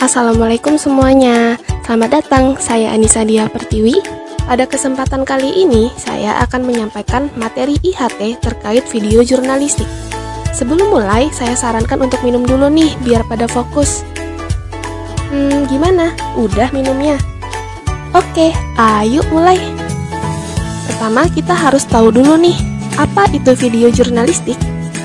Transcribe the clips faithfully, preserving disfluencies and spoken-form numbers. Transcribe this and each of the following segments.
Assalamualaikum semuanya. Selamat datang, saya Anissa Dia Pertiwi. Pada kesempatan kali ini, saya akan menyampaikan materi I H T terkait video jurnalistik. Sebelum mulai, saya sarankan untuk minum dulu nih, biar pada fokus. Hmm, gimana? Udah minumnya? Oke, ayo mulai. Pertama, kita harus tahu dulu nih, apa itu video jurnalistik?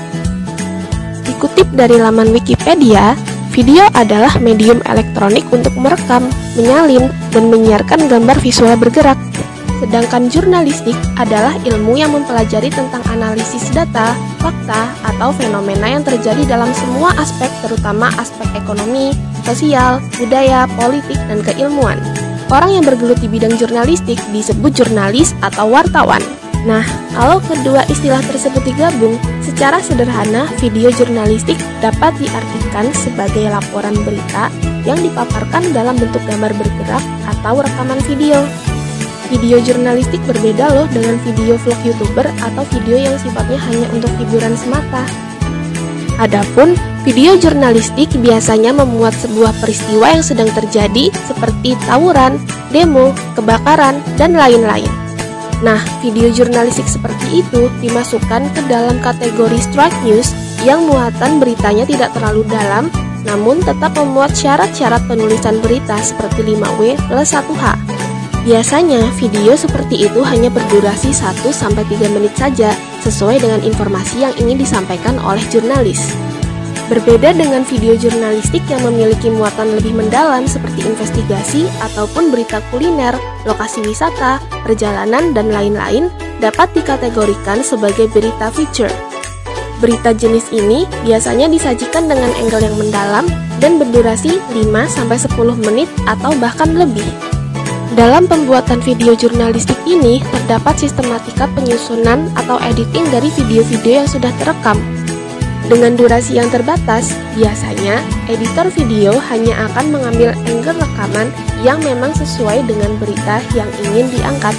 Dikutip dari laman Wikipedia, video adalah medium elektronik untuk merekam, menyalin, dan menyiarkan gambar visual bergerak. Sedangkan jurnalistik adalah ilmu yang mempelajari tentang analisis data, fakta, atau fenomena yang terjadi dalam semua aspek, terutama aspek ekonomi, sosial, budaya, politik, dan keilmuan. Orang yang bergelut di bidang jurnalistik disebut jurnalis atau wartawan. Nah, kalau kedua istilah tersebut digabung, secara sederhana video jurnalistik dapat diartikan sebagai laporan berita yang dipaparkan dalam bentuk gambar bergerak atau rekaman video. Video jurnalistik berbeda loh dengan video vlog YouTuber atau video yang sifatnya hanya untuk hiburan semata. Adapun video jurnalistik biasanya memuat sebuah peristiwa yang sedang terjadi seperti tawuran, demo, kebakaran, dan lain-lain. Nah, video jurnalistik seperti itu dimasukkan ke dalam kategori straight news yang muatan beritanya tidak terlalu dalam, namun tetap memuat syarat-syarat penulisan berita seperti lima W plus satu H. Biasanya, video seperti itu hanya berdurasi satu sampai tiga menit saja, sesuai dengan informasi yang ingin disampaikan oleh jurnalis. Berbeda dengan video jurnalistik yang memiliki muatan lebih mendalam seperti investigasi ataupun berita kuliner, lokasi wisata, perjalanan, dan lain-lain dapat dikategorikan sebagai berita feature. Berita jenis ini biasanya disajikan dengan angle yang mendalam dan berdurasi lima sampai sepuluh menit atau bahkan lebih. Dalam pembuatan video jurnalistik ini terdapat sistematika penyusunan atau editing dari video-video yang sudah terekam. Dengan durasi yang terbatas, biasanya editor video hanya akan mengambil angle rekaman yang memang sesuai dengan berita yang ingin diangkat.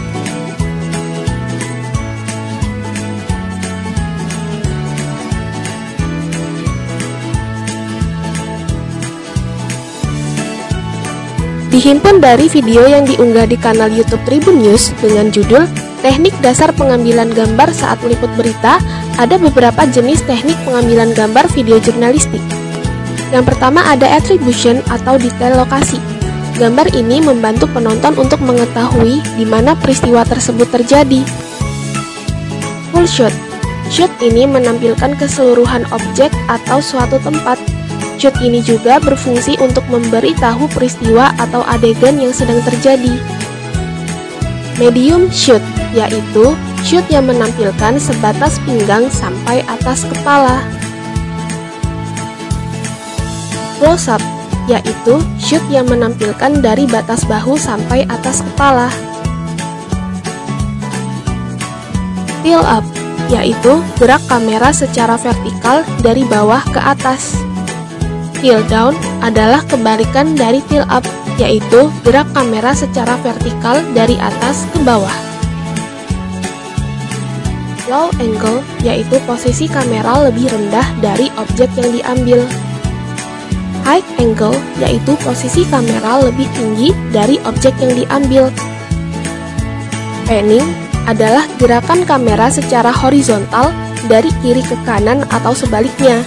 Dihimpun dari video yang diunggah di kanal YouTube Tribun News dengan judul Teknik Dasar Pengambilan Gambar Saat Meliput Berita, ada beberapa jenis teknik pengambilan gambar video jurnalistik. Yang pertama ada attribution atau detail lokasi. Gambar ini membantu penonton untuk mengetahui di mana peristiwa tersebut terjadi. Full shot. Shot ini menampilkan keseluruhan objek atau suatu tempat. Shot ini juga berfungsi untuk memberitahu peristiwa atau adegan yang sedang terjadi. Medium shot, yaitu shot yang menampilkan sebatas pinggang sampai atas kepala. Close up, yaitu shot yang menampilkan dari batas bahu sampai atas kepala. Tilt up, yaitu gerak kamera secara vertikal dari bawah ke atas. Tilt down adalah kebalikan dari tilt up, yaitu gerak kamera secara vertikal dari atas ke bawah. Low angle, yaitu posisi kamera lebih rendah dari objek yang diambil. High angle, yaitu posisi kamera lebih tinggi dari objek yang diambil. Panning adalah gerakan kamera secara horizontal dari kiri ke kanan atau sebaliknya.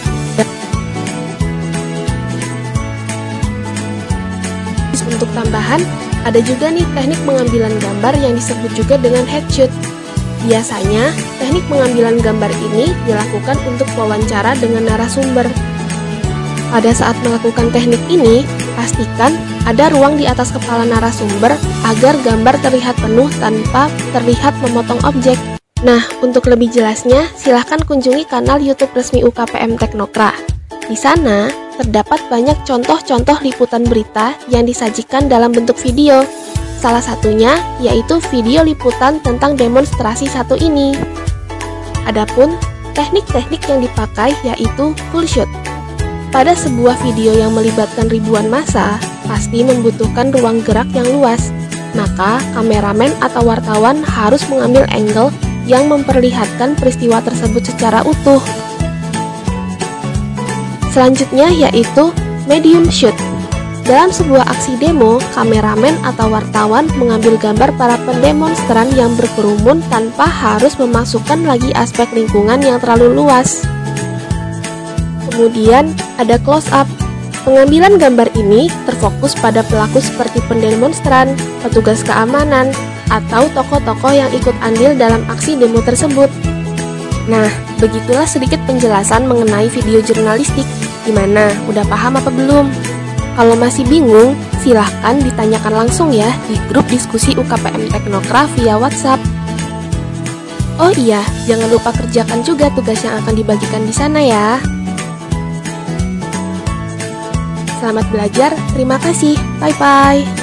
Untuk tambahan, ada juga nih teknik pengambilan gambar yang disebut juga dengan headshot. Biasanya, teknik pengambilan gambar ini dilakukan untuk wawancara dengan narasumber. Pada saat melakukan teknik ini, pastikan ada ruang di atas kepala narasumber agar gambar terlihat penuh tanpa terlihat memotong objek. Nah, untuk lebih jelasnya, silahkan kunjungi kanal YouTube resmi U K P M Teknokra. Di sana, terdapat banyak contoh-contoh liputan berita yang disajikan dalam bentuk video. Salah satunya yaitu video liputan tentang demonstrasi satu ini. Adapun teknik-teknik yang dipakai yaitu full shot. Pada sebuah video yang melibatkan ribuan massa, pasti membutuhkan ruang gerak yang luas. Maka kameramen atau wartawan harus mengambil angle yang memperlihatkan peristiwa tersebut secara utuh. Selanjutnya yaitu medium shoot. Dalam sebuah aksi demo, kameramen atau wartawan mengambil gambar para pendemonstran yang berkerumun tanpa harus memasukkan lagi aspek lingkungan yang terlalu luas. Kemudian ada close up. Pengambilan gambar ini terfokus pada pelaku seperti pendemonstran, petugas keamanan, atau tokoh-tokoh yang ikut andil dalam aksi demo tersebut. Nah, begitulah sedikit penjelasan mengenai video jurnalistik. Gimana? Udah paham apa belum? Kalau masih bingung, silahkan ditanyakan langsung ya di grup diskusi U K P M Teknokraft via WhatsApp. Oh iya, jangan lupa kerjakan juga tugas yang akan dibagikan di sana ya. Selamat belajar, terima kasih, bye-bye.